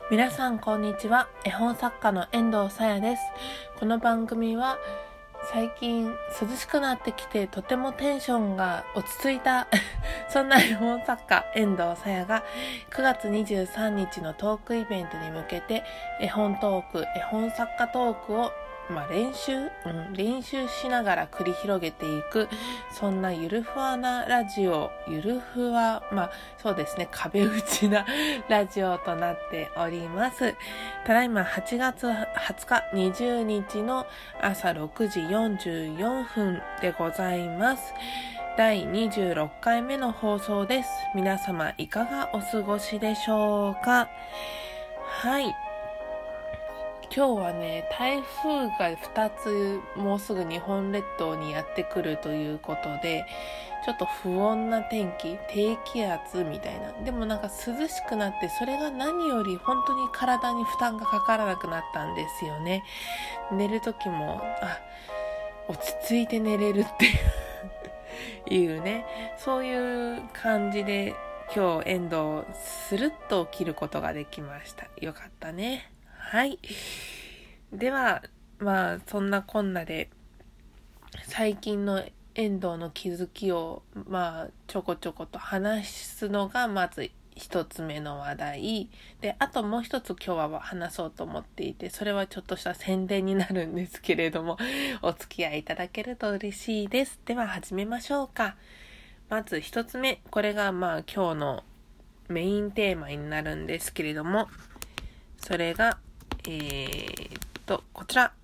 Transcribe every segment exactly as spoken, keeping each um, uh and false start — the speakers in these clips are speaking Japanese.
皆さんこんにちは。絵本作家の遠藤さやです。この番組は最近涼しくなってきてとてもテンションが落ち着いたそんな絵本作家遠藤さやがくがつにじゅうさんにちのトークイベントに向けて絵本トーク、絵本作家トークをまあ、練習、うん、練習しながら繰り広げていく、そんなゆるふわなラジオ、ゆるふわ、まあそうですね、壁打ちなラジオとなっております。ただいまはちがつはつかにじゅうにちの朝ろくじよんじゅうよんぷんでございます。だいにじゅうろっかいめの放送です。皆様いかがお過ごしでしょうか。はい。今日はね、台風がふたつもうすぐ日本列島にやってくるということで、ちょっと不穏な天気、低気圧みたいな。でもなんか涼しくなって、それが何より本当に体に負担がかからなくなったんですよね。寝る時も、あ、落ち着いて寝れるっていういうね、そういう感じで今日エンドをスルッと起きることができました。よかったね。はい。では、まあ、そんなこんなで、最近の遠藤の気づきを、まあ、ちょこちょこと話すのが、まず一つ目の話題。で、あともう一つ今日は話そうと思っていて、それはちょっとした宣伝になるんですけれども、お付き合いいただけると嬉しいです。では始めましょうか。まず一つ目、これがまあ今日のメインテーマになるんですけれども、それが、えーっと、こちら。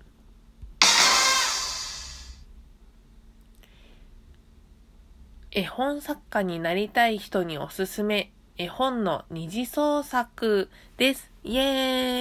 絵本作家になりたい人におすすめ、絵本の二次創作です。イエーイ。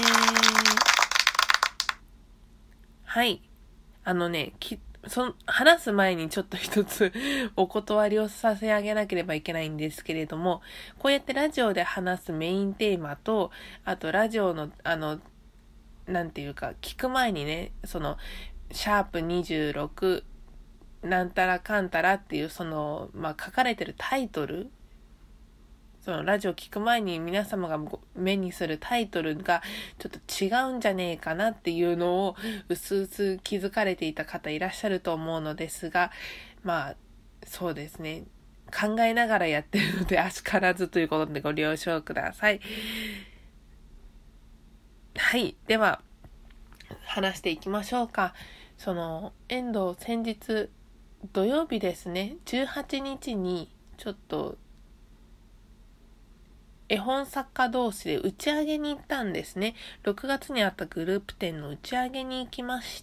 はい。あのね、きそ話す前にちょっと一つお断りをさせ上げなければいけないんですけれども、こうやってラジオで話すメインテーマと、あとラジオの、あの、なんていうか、聞く前にね、その、シャープにじゅうろく、なんたらかんたらっていう、その、まあ、書かれてるタイトル、そのラジオ聞く前に皆様が目にするタイトルがちょっと違うんじゃねえかなっていうのをうすうす気づかれていた方いらっしゃると思うのですが、まあそうですね、考えながらやってるのであしからずということでご了承ください。はい、では話していきましょうか。その遠藤先日土曜日ですね、じゅうはちにちにちょっと絵本作家同士で打ち上げに行ったんですね。ろくがつにあったグループ展の打ち上げに行きまして、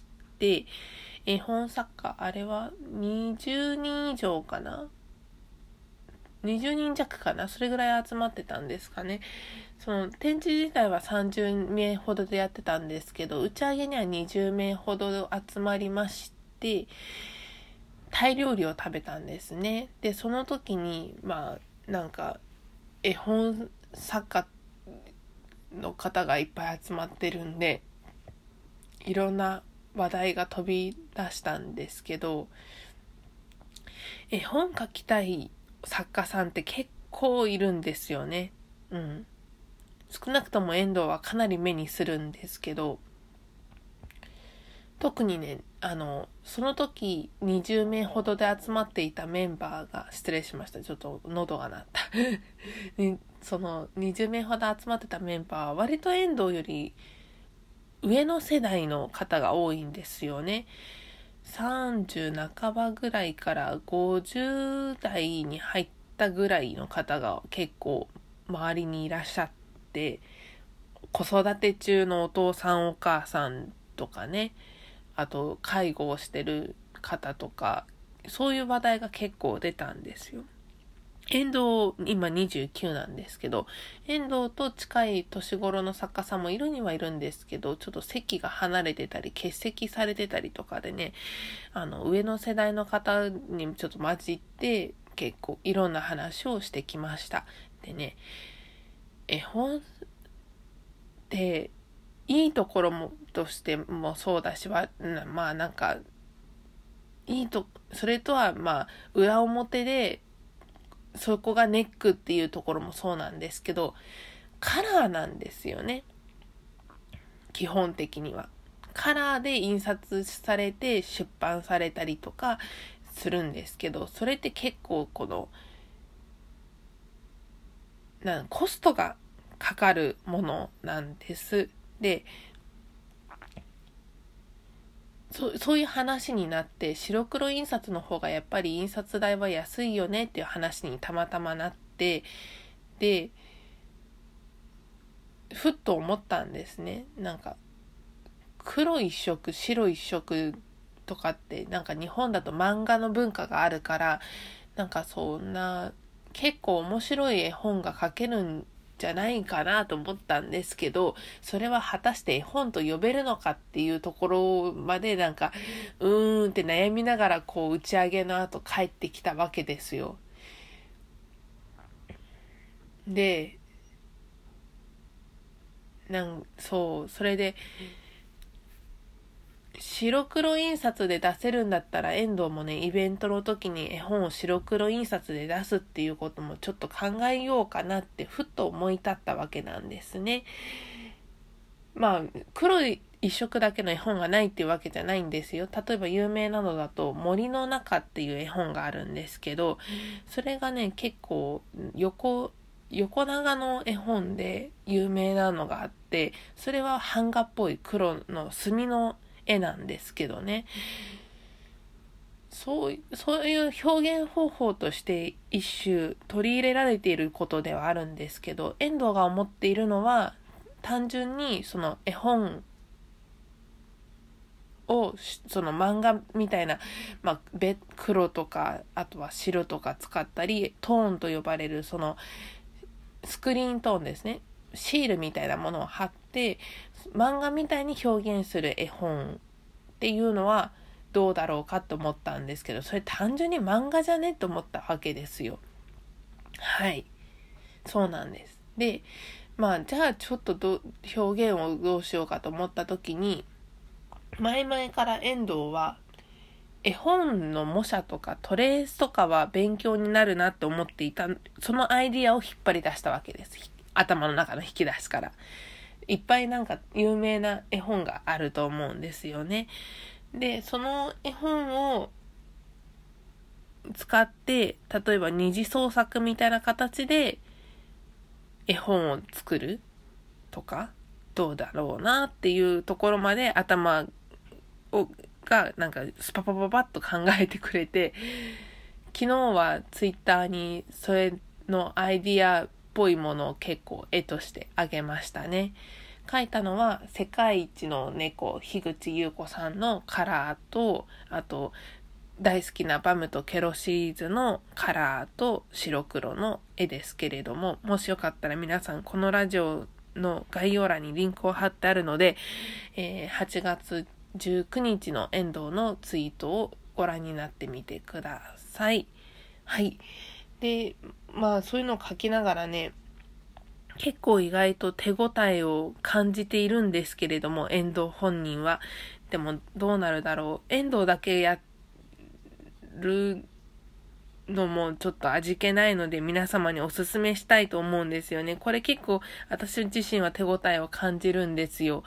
絵本作家、あれはにじゅうにん以上かな ?にじゅう 人弱かな、それぐらい集まってたんですかね。その展示自体はさんじゅうめいほどでやってたんですけど、打ち上げにはにじゅうめいほど集まりまして、タイ料理を食べたんですね。で、その時に、まあ、なんか、絵本作家の方がいっぱい集まってるんで、いろんな話題が飛び出したんですけど、絵本描きたい作家さんって結構いるんですよね。うん。少なくとも遠藤はかなり目にするんですけど、特にね、あの、その時にじゅうめいほどで集まっていたメンバーが、失礼しました。ちょっと喉が鳴った。そのにじゅうめいほど集まってたメンバーは割と遠藤より上の世代の方が多いんですよね。さんじゅう半ばぐらいからごじゅうだいに入ったぐらいの方が結構周りにいらっしゃって、子育て中のお父さんお母さんとかね、あと介護をしてる方とか、そういう話題が結構出たんですよ。遠藤、今にじゅうきゅうなんですけど、遠藤と近い年頃の作家さんもいるにはいるんですけど、ちょっと席が離れてたり、欠席されてたりとかでね、あの、上の世代の方にちょっと混じって、結構いろんな話をしてきました。でね、絵本って、いいところもとしてもそうだしは、まあなんか、いいと、それとはまあ、裏表で、そこがネックっていうところもそうなんですけど、 カラーなんですよね。基本的にはカラーで印刷されて出版されたりとかするんですけど、それって結構このなんコストがかかるものなんです。でそ, そういう話になって、白黒印刷の方がやっぱり印刷代は安いよねっていう話にたまたまなって、でふっと思ったんですね。なんか黒一色白一色とかってなんか日本だと漫画の文化があるから、なんかそんな結構面白い絵本が描けるんじゃないかなと思ったんですけど、それは果たして絵本と呼べるのかっていうところまでなんかうーんって悩みながらこう打ち上げの後帰ってきたわけですよ。でなんそうそれで白黒印刷で出せるんだったら、遠藤もねイベントの時に絵本を白黒印刷で出すっていうこともちょっと考えようかなってふっと思い立ったわけなんですね。まあ黒い一色だけの絵本がないっていうわけじゃないんですよ。例えば有名なのだと森の中っていう絵本があるんですけど、それがね結構横横長の絵本で有名なのがあって、それは版画っぽい黒の墨の絵なんですけどね、そうそういう表現方法として一種取り入れられていることではあるんですけど、遠藤が思っているのは単純にその絵本をその漫画みたいな、まあ、黒とかあとは白とか使ったり、トーンと呼ばれるそのスクリーントーンですね、シールみたいなものを貼って漫画みたいに表現する絵本っていうのはどうだろうかと思ったんですけど、それ単純に漫画じゃねと思ったわけですよ。はい、そうなんです。でまあじゃあちょっとど表現をどうしようかと思った時に、前々から遠藤は絵本の模写とかトレースとかは勉強になるなと思っていた、そのアイディアを引っ張り出したわけです。頭の中の引き出しからいっぱいなんか有名な絵本があると思うんですよね。でその絵本を使って例えば二次創作みたいな形で絵本を作るとかどうだろうなっていうところまで頭をがなんかスパパパパッと考えてくれて、昨日はツイッターにそれのアイディアっぽいものを結構絵としてあげましたね。描いたのは世界一の猫樋口優子さんのカラーと、あと大好きなバムとケロシリーズのカラーと白黒の絵ですけれども、もしよかったら皆さんこのラジオの概要欄にリンクを貼ってあるので、えー、はちがつじゅうくにちの遠藤のツイートをご覧になってみてください。はい。で、まあそういうのを書きながらね、結構意外と手応えを感じているんですけれども、遠藤本人は。でもどうなるだろう。遠藤だけやるのもちょっと味気ないので皆様におすすめしたいと思うんですよね。これ結構私自身は手応えを感じるんですよ。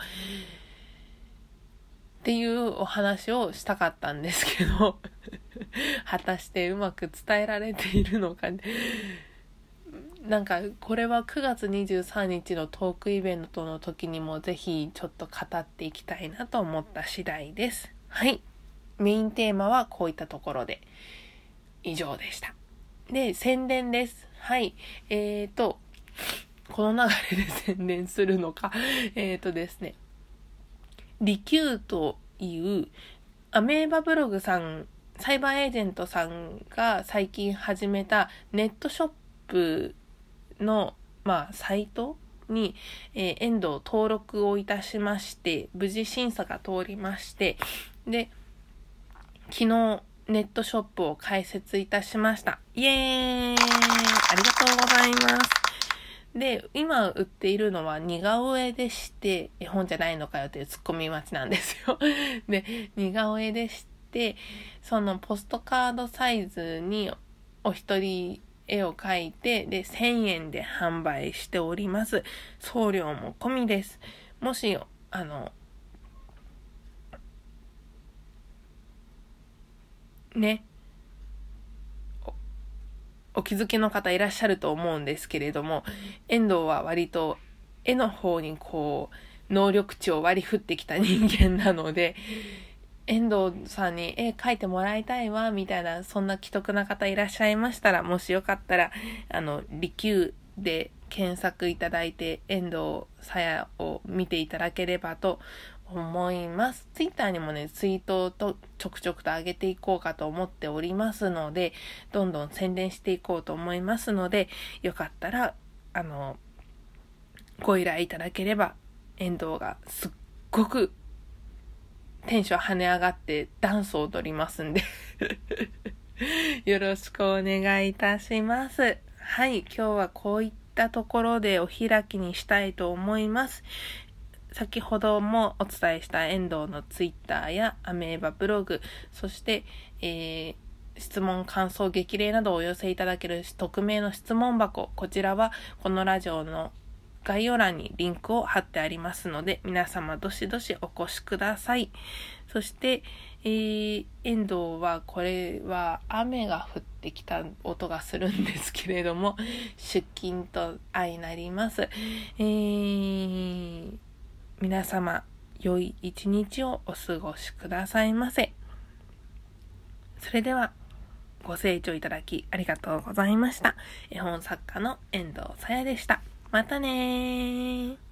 っていうお話をしたかったんですけど果たしてうまく伝えられているのか、なんかこれはくがつにじゅうさんにちのトークイベントの時にもぜひちょっと語っていきたいなと思った次第です。はい、メインテーマはこういったところで以上でした。で、宣伝です。はい、えーとこの流れで宣伝するのかえーとですねリキューというアメーバブログさん、サイバーエージェントさんが最近始めたネットショップの、まあ、サイトに、えー、遠藤登録をいたしまして、無事審査が通りまして、で、昨日ネットショップを開設いたしました。イエーイ、ありがとうございます。で、今売っているのは似顔絵でして、絵本じゃないのかよというツッコミ待ちなんですよ。で、似顔絵でして、そのポストカードサイズにお一人、 絵を描いて、で、せんえんで販売しております。送料も込みです。もし、あの、ね、お気づきの方いらっしゃると思うんですけれども、遠藤は割と絵の方にこう能力値を割り振ってきた人間なので、遠藤さんに絵描いてもらいたいわみたいな、そんな既得な方いらっしゃいましたら、もしよかったらあの利休で検索いただいて遠藤さやを見ていただければと思います。ツイッターにもね、ツイートとちょくちょくと上げていこうかと思っておりますので、どんどん宣伝していこうと思いますので、よかったら、あの、ご依頼いただければ、遠藤がすっごくテンション跳ね上がってダンスを踊りますんで、よろしくお願いいたします。はい、今日はこういったところでお開きにしたいと思います。先ほどもお伝えした遠藤のツイッターやアメーバブログ、そして、えー、質問感想激励などをお寄せいただける匿名の質問箱、こちらはこのラジオの概要欄にリンクを貼ってありますので、皆様どしどしお越しください。そして、えー、遠藤はこれは雨が降ってきた音がするんですけれども、出勤と相なります。えー皆様、良い一日をお過ごしくださいませ。それでは、ご清聴いただきありがとうございました。絵本作家の遠藤さやでした。またねー。